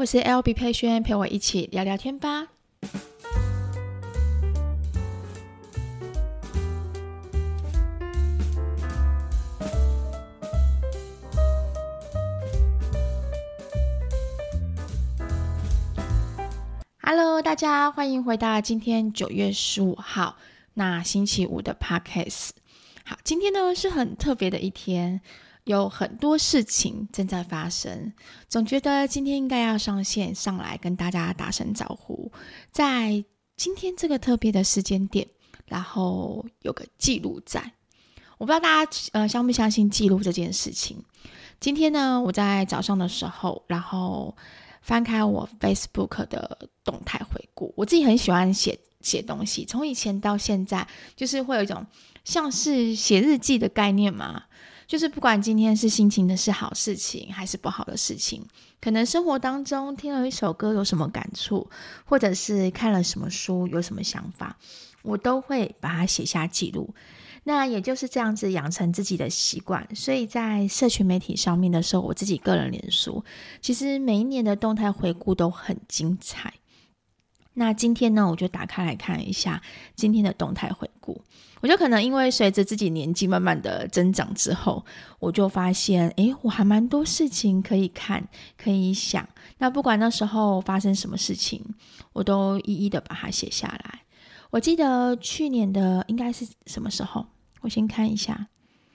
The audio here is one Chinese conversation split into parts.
我是 LB 佩萱，陪我一起聊聊天吧。Hello， 大家欢迎回到今天9月15号，那星期五的 Podcast。好，今天呢是很特别的一天，有很多事情正在发生，总觉得今天应该要上线上来跟大家打声招呼。在今天这个特别的时间点，然后有个记录在，我不知道大家相不相信记录这件事情。今天呢，我在早上的时候，然后翻开我 Facebook 的动态回顾，我自己很喜欢写东西，从以前到现在，就是会有一种像是写日记的概念嘛，就是不管今天是心情的是好事情还是不好的事情，可能生活当中听了一首歌有什么感触，或者是看了什么书有什么想法，我都会把它写下记录。那也就是这样子养成自己的习惯，所以在社群媒体上面的时候，我自己个人脸书其实每一年的动态回顾都很精彩。那今天呢，我就打开来看一下今天的动态回顾。我就可能因为随着自己年纪慢慢的增长之后，我就发现我还蛮多事情可以看可以想，那不管那时候发生什么事情，我都一一的把它写下来。我记得去年的应该是什么时候，我先看一下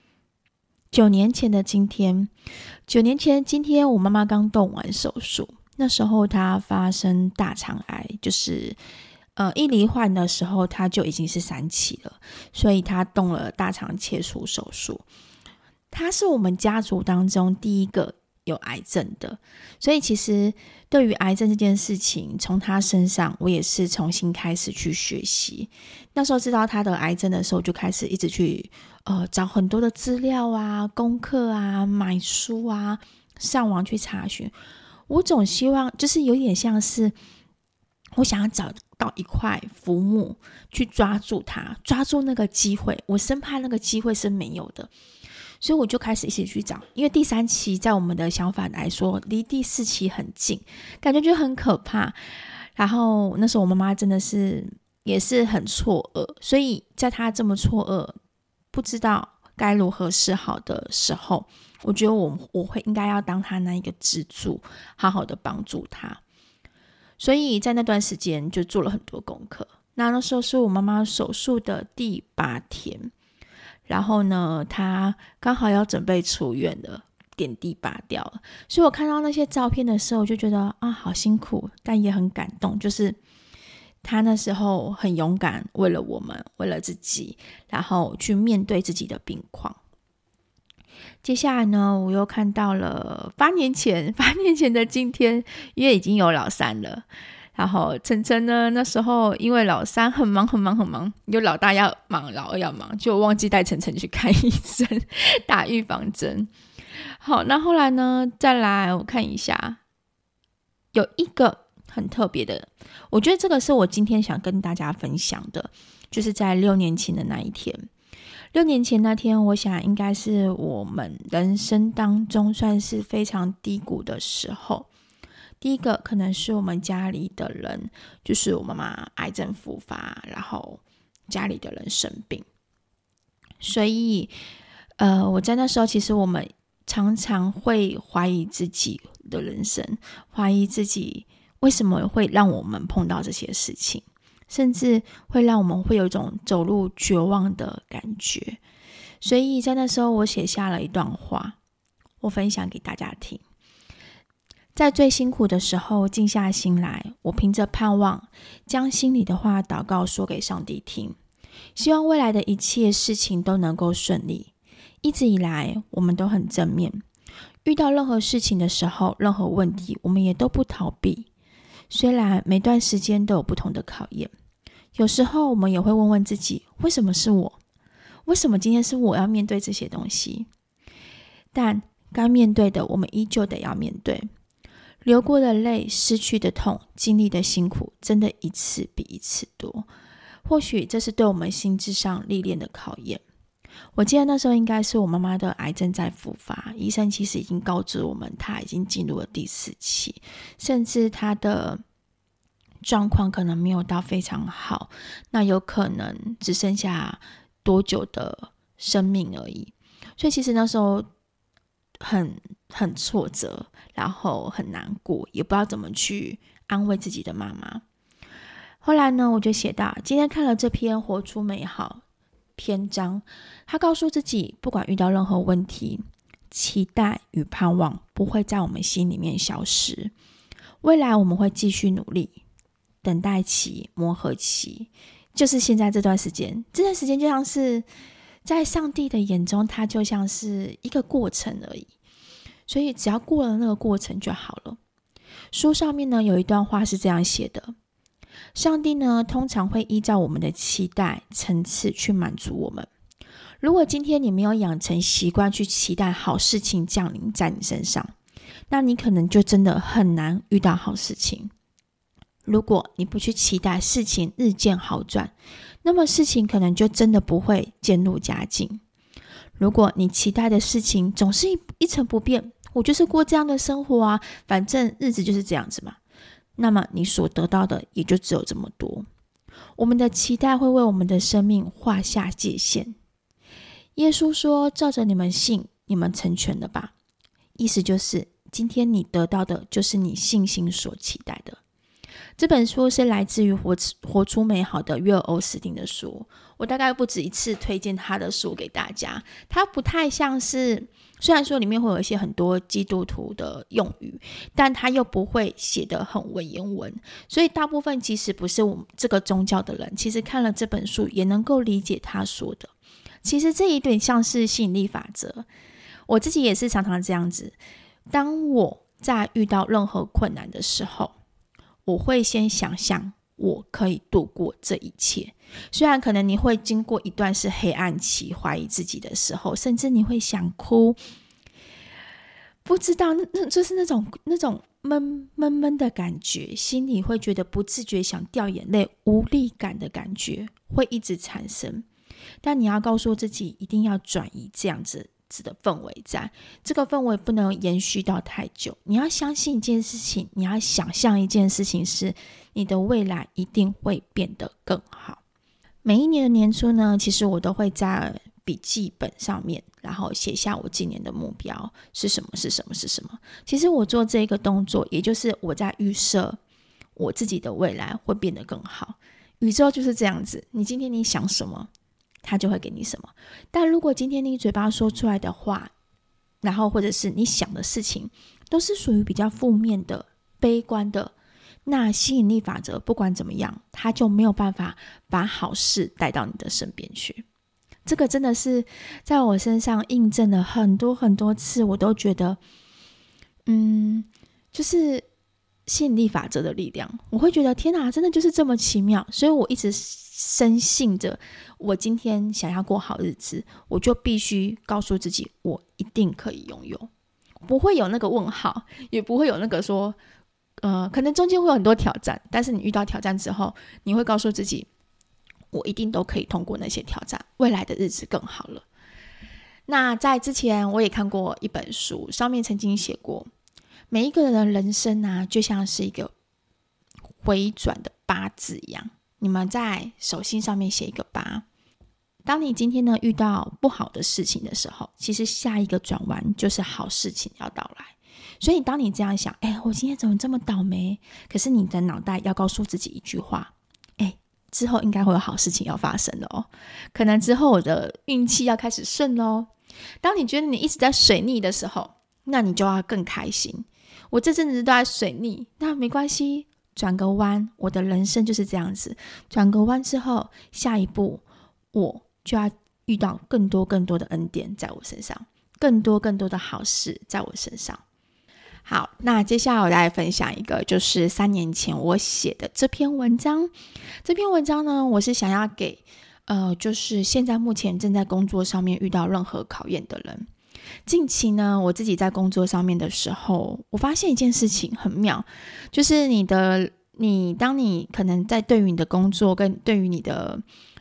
，9年前的今天，9年前今天我妈妈刚动完手术，那时候她发生大肠癌，就是一罹患的时候她就已经是3期了，所以她动了大肠切除手术。她是我们家族当中第一个有癌症的，所以其实对于癌症这件事情，从她身上我也是重新开始去学习。那时候知道她的癌症的时候，就开始一直去找很多的资料啊、功课啊、买书啊、上网去查询。我总希望就是有点像是我想要找到一块浮木去抓住它，抓住那个机会，我生怕那个机会是没有的，所以我就开始一起去找。因为第3期在我们的想法来说离第4期很近，感觉就很可怕。然后那时候我妈妈真的是也是很错愕，所以在她这么错愕不知道该如何是好的时候，我觉得我会应该要当她那一个支柱，好好的帮助她。所以在那段时间就做了很多功课。那时候是我妈妈手术的第8天，然后呢她刚好要准备出院了，点滴拔掉了，所以我看到那些照片的时候，我就觉得好辛苦，但也很感动，就是她那时候很勇敢，为了我们，为了自己，然后去面对自己的病况。接下来呢，我又看到了8年前的今天，因为已经有老3了。然后晨晨呢，那时候因为老3很忙，有老大要忙，老2要忙，就忘记带晨晨去看医生打预防针。好，那后来呢，再来我看一下，有一个很特别的，我觉得这个是我今天想跟大家分享的，就是在6年前的那一天。6年前那天，我想应该是我们人生当中算是非常低谷的时候。第一个可能是我们家里的人，就是我妈妈癌症复发，然后家里的人生病，所以我在那时候其实我们常常会怀疑自己的人生，怀疑自己为什么会让我们碰到这些事情，甚至会让我们会有一种走入绝望的感觉。所以在那时候我写下了一段话，我分享给大家听。在最辛苦的时候静下心来，我凭着盼望将心里的话祷告说给上帝听，希望未来的一切事情都能够顺利。一直以来我们都很正面，遇到任何事情的时候，任何问题我们也都不逃避。虽然每段时间都有不同的考验，有时候我们也会问问自己，为什么是我？为什么今天是我要面对这些东西？但该面对的我们依旧得要面对。流过的泪，失去的痛，经历的辛苦，真的一次比一次多。或许这是对我们心智上历练的考验。 我记得那时候应该是我妈妈的癌症在复发，医生其实已经告知我们她已经进入了第4期，甚至她的状况可能没有到非常好，那有可能只剩下多久的生命而已。所以其实那时候很挫折，然后很难过，也不知道怎么去安慰自己的妈妈。后来呢，我就写到今天看了这篇活出美好篇章，他告诉自己不管遇到任何问题，期待与盼望不会在我们心里面消失，未来我们会继续努力，等待期、磨合期，就是现在这段时间就像是在上帝的眼中，它就像是一个过程而已，所以只要过了那个过程就好了。书上面呢有一段话是这样写的，上帝呢通常会依照我们的期待层次去满足我们。如果今天你没有养成习惯去期待好事情降临在你身上，那你可能就真的很难遇到好事情。如果你不去期待事情日渐好转，那么事情可能就真的不会渐入佳境。如果你期待的事情总是一成不变，我就是过这样的生活啊，反正日子就是这样子嘛，那么你所得到的也就只有这么多。我们的期待会为我们的生命画下界限。耶稣说，照着你们信，你们成全了吧。意思就是今天你得到的就是你信心所期待的。这本书是来自于活出美好的约尔欧斯汀的书，我大概不止一次推荐他的书给大家。他不太像是，虽然说里面会有一些很多基督徒的用语，但他又不会写得很文言文，所以大部分即使不是我们这个宗教的人，其实看了这本书也能够理解他说的。其实这一点像是吸引力法则，我自己也是常常这样子。当我在遇到任何困难的时候，我会先想象我可以度过这一切。虽然可能你会经过一段是黑暗期，怀疑自己的时候，甚至你会想哭，不知道就是那种闷的感觉，心里会觉得不自觉想掉眼泪，无力感的感觉会一直产生。但你要告诉自己一定要转移这样子的氛围，在这个氛围不能延续到太久。你要相信一件事情，你要想象一件事情，是你的未来一定会变得更好。每一年的年初呢，其实我都会在笔记本上面然后写下我今年的目标是什么。其实我做这个动作，也就是我在预设我自己的未来会变得更好。宇宙就是这样子，你今天你想什么，他就会给你什么。但如果今天你嘴巴说出来的话，然后或者是你想的事情都是属于比较负面的、悲观的，那吸引力法则不管怎么样，它就没有办法把好事带到你的身边去。这个真的是在我身上印证了很多很多次，我都觉得就是吸引力法则的力量，我会觉得天哪，真的就是这么奇妙。所以我一直深信着，我今天想要过好日子，我就必须告诉自己，我一定可以拥有。不会有那个问号，也不会有那个说可能中间会有很多挑战，但是你遇到挑战之后，你会告诉自己，我一定都可以通过那些挑战，未来的日子更好了。那在之前我也看过一本书，上面曾经写过，每一个人的人生啊，就像是一个回转的八字一样，你们在手心上面写一个八。当你今天呢遇到不好的事情的时候，其实下一个转弯就是好事情要到来。所以当你这样想，我今天怎么这么倒霉，可是你的脑袋要告诉自己一句话，之后应该会有好事情要发生的哦，可能之后我的运气要开始顺咯。当你觉得你一直在水逆的时候，那你就要更开心。我这阵子都在水逆，那没关系，转个弯，我的人生就是这样子。转个弯之后，下一步我就要遇到更多的恩典在我身上，更多的好事在我身上。好，那接下来我来分享一个，就是3年前我写的这篇文章。这篇文章呢，我是想要给就是现在目前正在工作上面遇到任何考验的人。近期呢，我自己在工作上面的时候，我发现一件事情很妙，就是当你可能在对于你的工作跟对于你的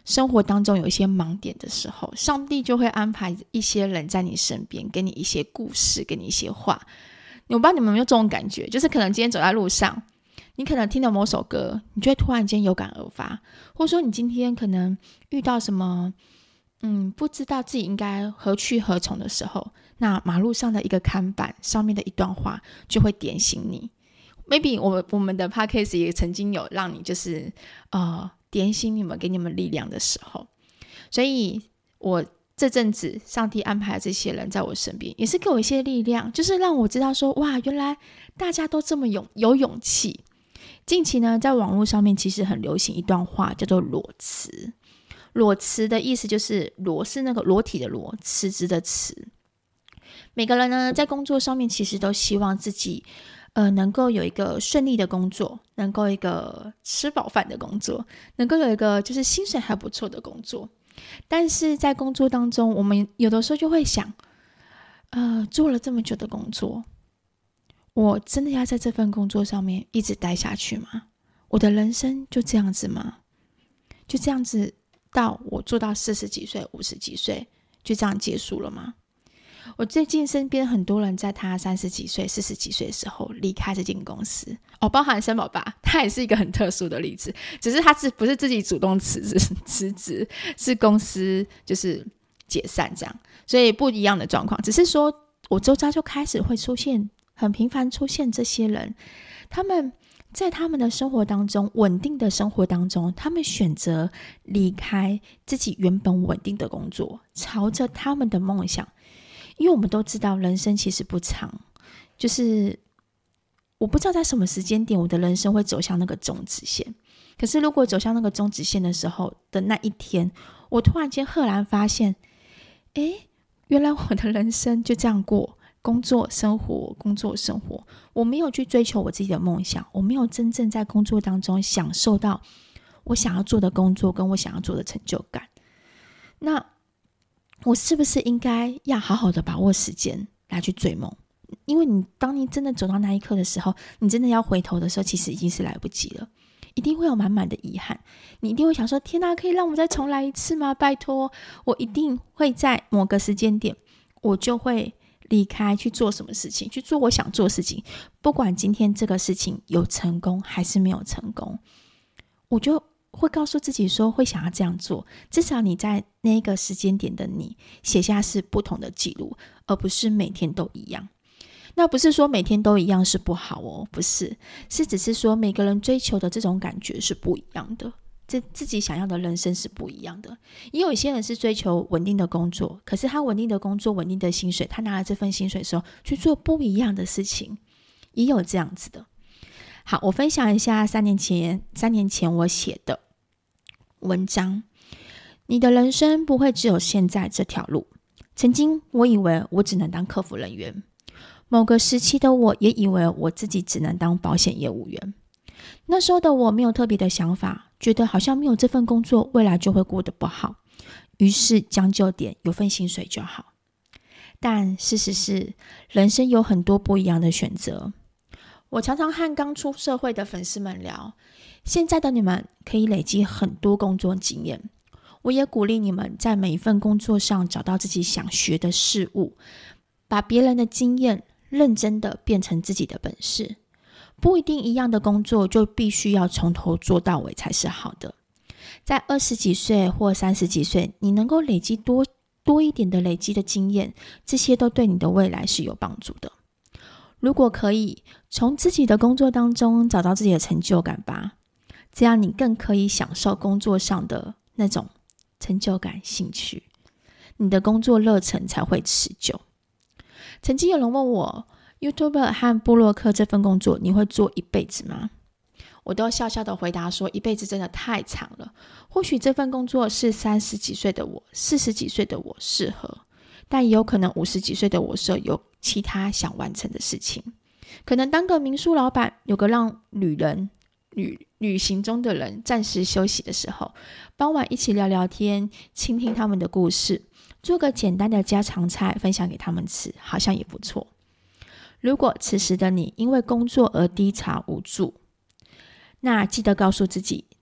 生活当中有一些盲点的时候，上帝就会安排一些人在你身边，给你一些故事，给你一些话。我不知道你们有没有这种感觉，就是可能今天走在路上，你可能听了某首歌，你就会突然间有感而发，或者说你今天可能遇到什么不知道自己应该何去何从的时候，那马路上的一个看板上面的一段话就会点醒你。 maybe 我们的 podcast 也曾经有让你就是点醒你们，给你们力量的时候。所以我这阵子上帝安排这些人在我身边，也是给我一些力量，就是让我知道说，哇，原来大家都这么有勇气。近期呢，在网络上面其实很流行一段话，叫做裸辞。裸辞的意思就是裸是那个裸体的裸，辞职的辞。每个人呢，在工作上面其实都希望自己能够有一个顺利的工作，能够一个吃饱饭的工作，能够有一个就是薪水还不错的工作。但是在工作当中，我们有的时候就会想做了这么久的工作，我真的要在这份工作上面一直待下去吗？我的人生就这样子吗？就这样子到我做到40几岁50几岁就这样结束了吗？我最近身边很多人在他30几岁40几岁的时候离开这间公司包含森宝爸，他也是一个很特殊的例子，只是他不是自己主动辞职，是公司就是解散这样，所以不一样的状况。只是说我周遭就开始会出现，很频繁出现这些人，他们在他们的生活当中，稳定的生活当中，他们选择离开自己原本稳定的工作，朝着他们的梦想。因为我们都知道人生其实不长，就是我不知道在什么时间点我的人生会走向那个终止线。可是如果走向那个终止线的时候的那一天，我突然间赫然发现，原来我的人生就这样过，工作生活工作生活，我没有去追求我自己的梦想，我没有真正在工作当中享受到我想要做的工作跟我想要做的成就感。那我是不是应该要好好的把握时间来去追梦？因为当你真的走到那一刻的时候，你真的要回头的时候，其实已经是来不及了，一定会有满满的遗憾。你一定会想说，天哪，可以让我再重来一次吗？拜托，我一定会在某个时间点，我就会离开去做什么事情，去做我想做的事情，不管今天这个事情有成功还是没有成功，我就会告诉自己说会想要这样做。至少你在那个时间点的你写下是不同的记录，而不是每天都一样。那不是说每天都一样是不好不是，是只是说每个人追求的这种感觉是不一样的，自己想要的人生是不一样的。也有一些人是追求稳定的工作，可是他稳定的工作稳定的薪水，他拿了这份薪水的时候去做不一样的事情，也有这样子的。好，我分享一下3年前我写的文章。你的人生不会只有现在这条路。曾经我以为我只能当客服人员，某个时期的我也以为我自己只能当保险业务员。那时候的我没有特别的想法，觉得好像没有这份工作未来就会过得不好，于是将就点，有份薪水就好。但事实是，人生有很多不一样的选择。我常常和刚出社会的粉丝们聊，现在的你们可以累积很多工作经验，我也鼓励你们在每一份工作上找到自己想学的事物，把别人的经验认真的变成自己的本事。不一定一样的工作就必须要从头做到尾才是好的。在20几岁或30几岁，你能够累积多一点的累积的经验，这些都对你的未来是有帮助的。如果可以，从自己的工作当中找到自己的成就感吧，这样你更可以享受工作上的那种成就感、兴趣，你的工作热忱才会持久。曾经有人问我， YouTuber 和部落客这份工作你会做一辈子吗？我都笑笑的回答说，一辈子真的太长了，或许这份工作是30几岁的我、40几岁的我适合，但也有可能50几岁的我是有其他想完成的事情，可能当个民宿老板，有个让旅行中的人暂时休息的时候，傍晚一起聊聊天，倾听他们的故事，做个简单的家常菜分享给他们吃，好像也不错。如果此时的你因为工作而低潮无助，那记得告诉自己，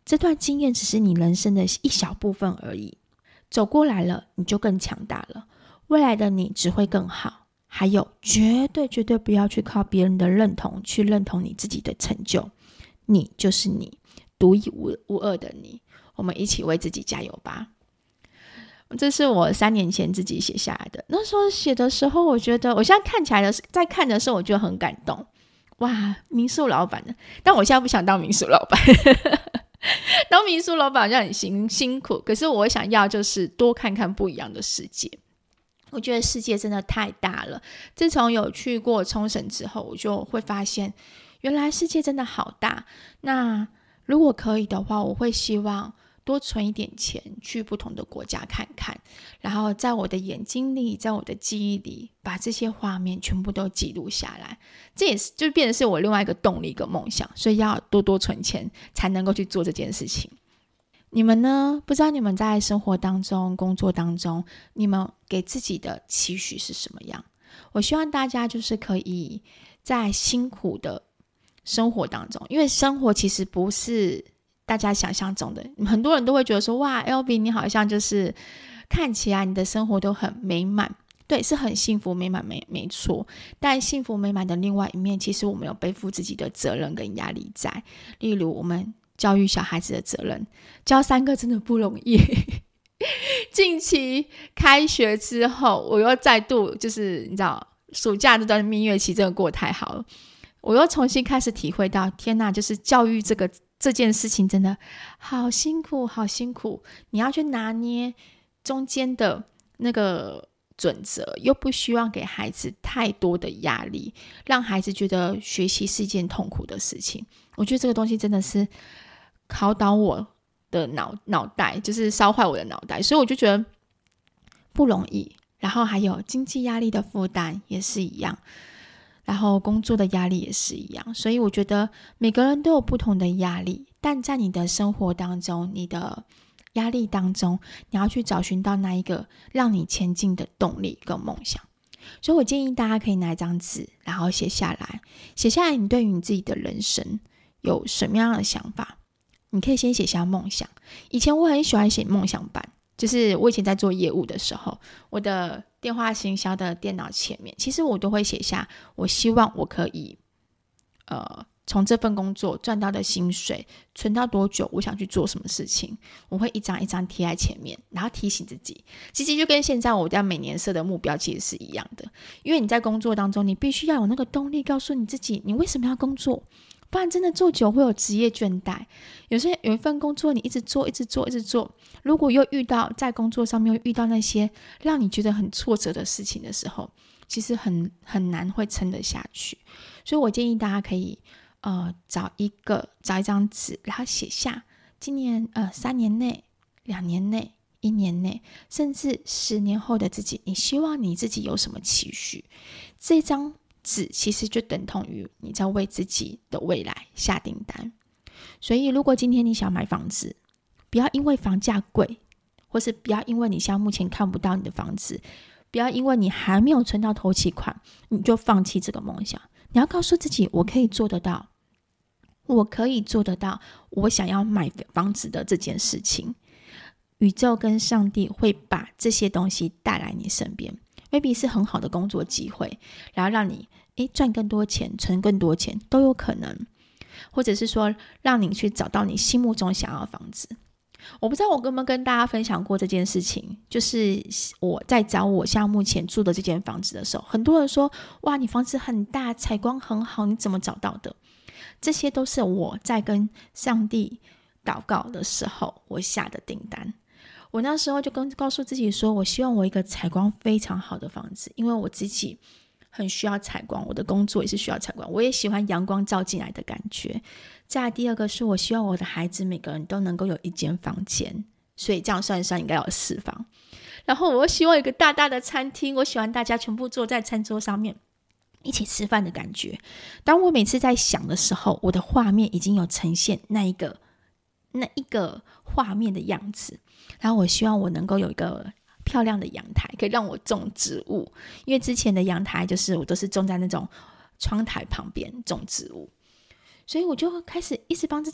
这段经验只是你人生的一小部分而已，走过来了，你就更强大了，未来的你只会更好。还有，绝对绝对不要去靠别人的认同去认同你自己的成就，你就是你，独一无二的你。我们一起为自己加油吧。这是我3年前自己写下来的，那时候写的时候，我觉得我现在看起来在看的时候，我觉得很感动。哇，民宿老板的，但我现在不想当民宿老板当民宿老板好像很辛苦，可是我想要就是多看看不一样的世界。我觉得世界真的太大了，自从有去过冲绳之后，我就会发现原来世界真的好大。那如果可以的话，我会希望多存一点钱去不同的国家看看，然后在我的眼睛里，在我的记忆里，把这些画面全部都记录下来。这也是就变成是我另外一个动力跟梦想，所以要多多存钱才能够去做这件事情。你们呢？不知道你们在生活当中、工作当中，你们给自己的期许是什么样？我希望大家就是可以在辛苦的生活当中，因为生活其实不是大家想象中的，很多人都会觉得说，哇 Elvie 你好像就是看起来你的生活都很美满，对，是很幸福美满，没错。但幸福美满的另外一面，其实我们有背负自己的责任跟压力在，例如我们教育小孩子的责任，教3个真的不容易近期开学之后，我又再度就是你知道暑假这段蜜月期真的过得太好了，我又重新开始体会到，天哪，就是教育这件事情真的好辛苦好辛苦，你要去拿捏中间的那个准则，又不希望给孩子太多的压力，让孩子觉得学习是一件痛苦的事情。我觉得这个东西真的是考倒我的脑袋，就是烧坏我的脑袋，所以我就觉得不容易。然后还有经济压力的负担也是一样，然后工作的压力也是一样，所以我觉得每个人都有不同的压力，但在你的生活当中，你的压力当中，你要去找寻到那一个让你前进的动力跟梦想。所以我建议大家可以拿一张纸，然后写下来你对于你自己的人生有什么样的想法。你可以先写下梦想，以前我很喜欢写梦想版，就是我以前在做业务的时候，我的电话行销的电脑前面，其实我都会写下我希望我可以从这份工作赚到的薪水存到多久，我想去做什么事情，我会一张一张贴在前面，然后提醒自己。其实就跟现在我在每年设的目标其实是一样的，因为你在工作当中，你必须要有那个动力告诉你自己你为什么要工作，不然真的做久会有职业倦怠。有一份工作你一直做，如果又在工作上面又遇到那些让你觉得很挫折的事情的时候，其实很难会撑得下去。所以我建议大家可以找一张纸，然后写下今年3年内、2年内、1年内，甚至10年后的自己，你希望你自己有什么期许。这张纸其实就等同于你在为自己的未来下订单。所以如果今天你想买房子，不要因为房价贵，或是不要因为你现在目前看不到你的房子，不要因为你还没有存到头期款，你就放弃这个梦想。你要告诉自己，我可以做得到，我想要买房子的这件事情。宇宙跟上帝会把这些东西带来你身边， maybe 是很好的工作机会，然后让你赚更多钱，存更多钱都有可能，或者是说让你去找到你心目中想要的房子。我不知道我有没有跟大家分享过这件事情，就是我在找我现在目前住的这间房子的时候，很多人说，哇，你房子很大，采光很好，你怎么找到的？这些都是我在跟上帝祷告的时候我下的订单。我那时候就告诉自己说，我希望我一个采光非常好的房子，因为我自己很需要采光，我的工作也是需要采光，我也喜欢阳光照进来的感觉。再来第二个是我希望我的孩子每个人都能够有一间房间，所以这样算一算应该有4房。然后我又希望有一个大大的餐厅，我喜欢大家全部坐在餐桌上面一起吃饭的感觉。当我每次在想的时候，我的画面已经有呈现那一个画面的样子。然后我希望我能够有一个漂亮的阳台，可以让我种植物，因为之前的阳台就是我都是种在那种窗台旁边种植物。所以我就开始一直帮自己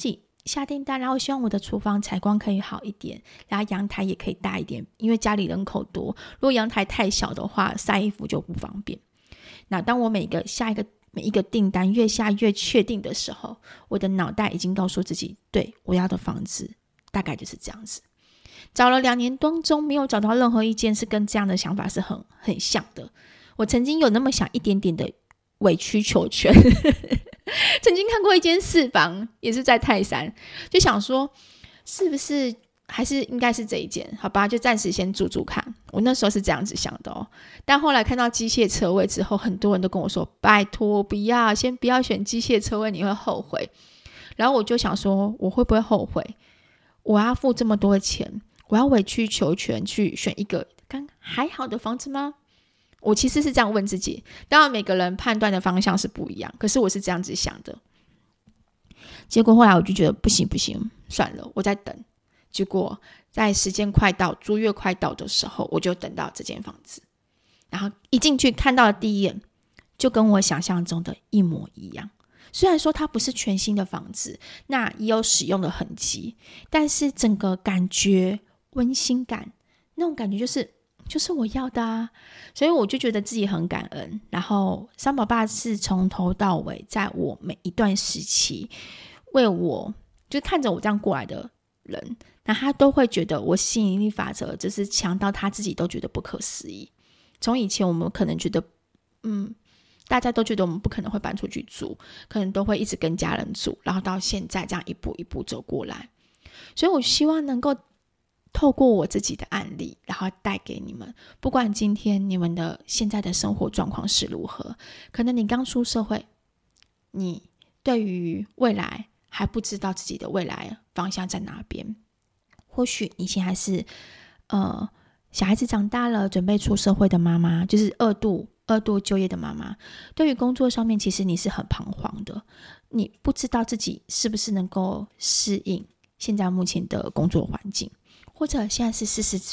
下订单，然后希望我的厨房采光可以好一点，然后阳台也可以大一点，因为家里人口多，如果阳台太小的话，晒衣服就不方便。那当我每一个订单越下越确定的时候，我的脑袋已经告诉自己，对，我要的房子大概就是这样子。找了2年当中没有找到任何一件是跟这样的想法是很像的。我曾经有那么想一点点的委曲求全曾经看过一间4房也是在泰山，就想说是不是还是应该是这一间，好吧，就暂时先住住看。我那时候是这样子想的哦，但后来看到机械车位之后，很多人都跟我说拜托不要，先不要选机械车位，你会后悔。然后我就想说我会不会后悔，我要付这么多的钱，我要委曲求全去选一个刚还好的房子吗？我其实是这样问自己，当然每个人判断的方向是不一样，可是我是这样子想的。结果后来我就觉得不行，算了，我在等。结果在时间快到，租约快到的时候，我就等到这间房子，然后一进去看到的第一眼就跟我想象中的一模一样。虽然说它不是全新的房子，那也有使用的痕迹，但是整个感觉温馨感，那种感觉就是我要的啊，所以我就觉得自己很感恩。然后三宝爸是从头到尾在我每一段时期为我就看着我这样过来的人，那他都会觉得我吸引力法则就是强到他自己都觉得不可思议。从以前我们可能觉得大家都觉得我们不可能会搬出去住，可能都会一直跟家人住，然后到现在这样一步一步走过来。所以我希望能够透过我自己的案例，然后带给你们，不管今天你们的现在的生活状况是如何，可能你刚出社会，你对于未来还不知道自己的未来方向在哪边，或许你现在是小孩子长大了准备出社会的妈妈，就是二度就业的妈妈，对于工作上面其实你是很彷徨的，你不知道自己是不是能够适应现在目前的工作环境，或者现在是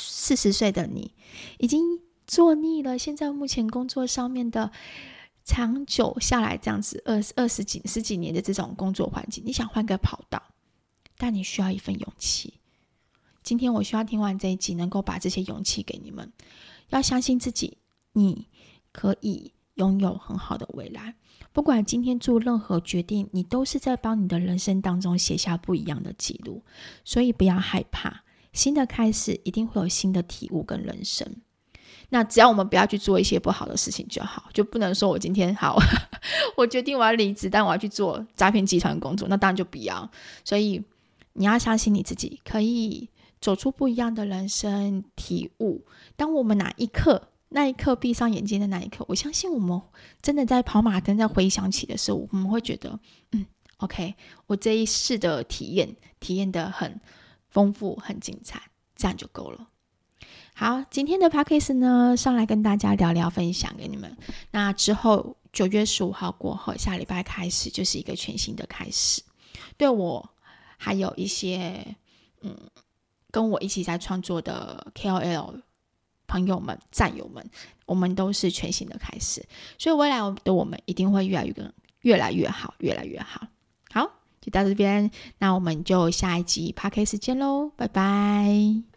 40岁的你已经做腻了现在目前工作上面的长久下来这样子十几年的这种工作环境，你想换个跑道，但你需要一份勇气。今天我需要听完这一集能够把这些勇气给你们，要相信自己，你可以拥有很好的未来。不管今天做任何决定，你都是在帮你的人生当中写下不一样的记录，所以不要害怕，新的开始一定会有新的体悟跟人生。那只要我们不要去做一些不好的事情就好，就不能说我今天好我决定我要离职，但我要去做诈骗集团工作，那当然就不要。所以你要相信你自己可以走出不一样的人生体悟。当我们那一刻闭上眼睛的那一刻，我相信我们真的在跑马灯在回想起的时候，我们会觉得OK， 我这一世的体验得很丰富很精彩，这样就够了。好，今天的 Podcast 呢上来跟大家聊聊分享给你们。那之后9月15号过后，下礼拜开始就是一个全新的开始，对我还有一些跟我一起在创作的 KOL 朋友们战友们，我们都是全新的开始，所以未来的我们一定会越来越好越来越好。好，就到这边，那我们就下一集 Podcast 见咯，拜拜。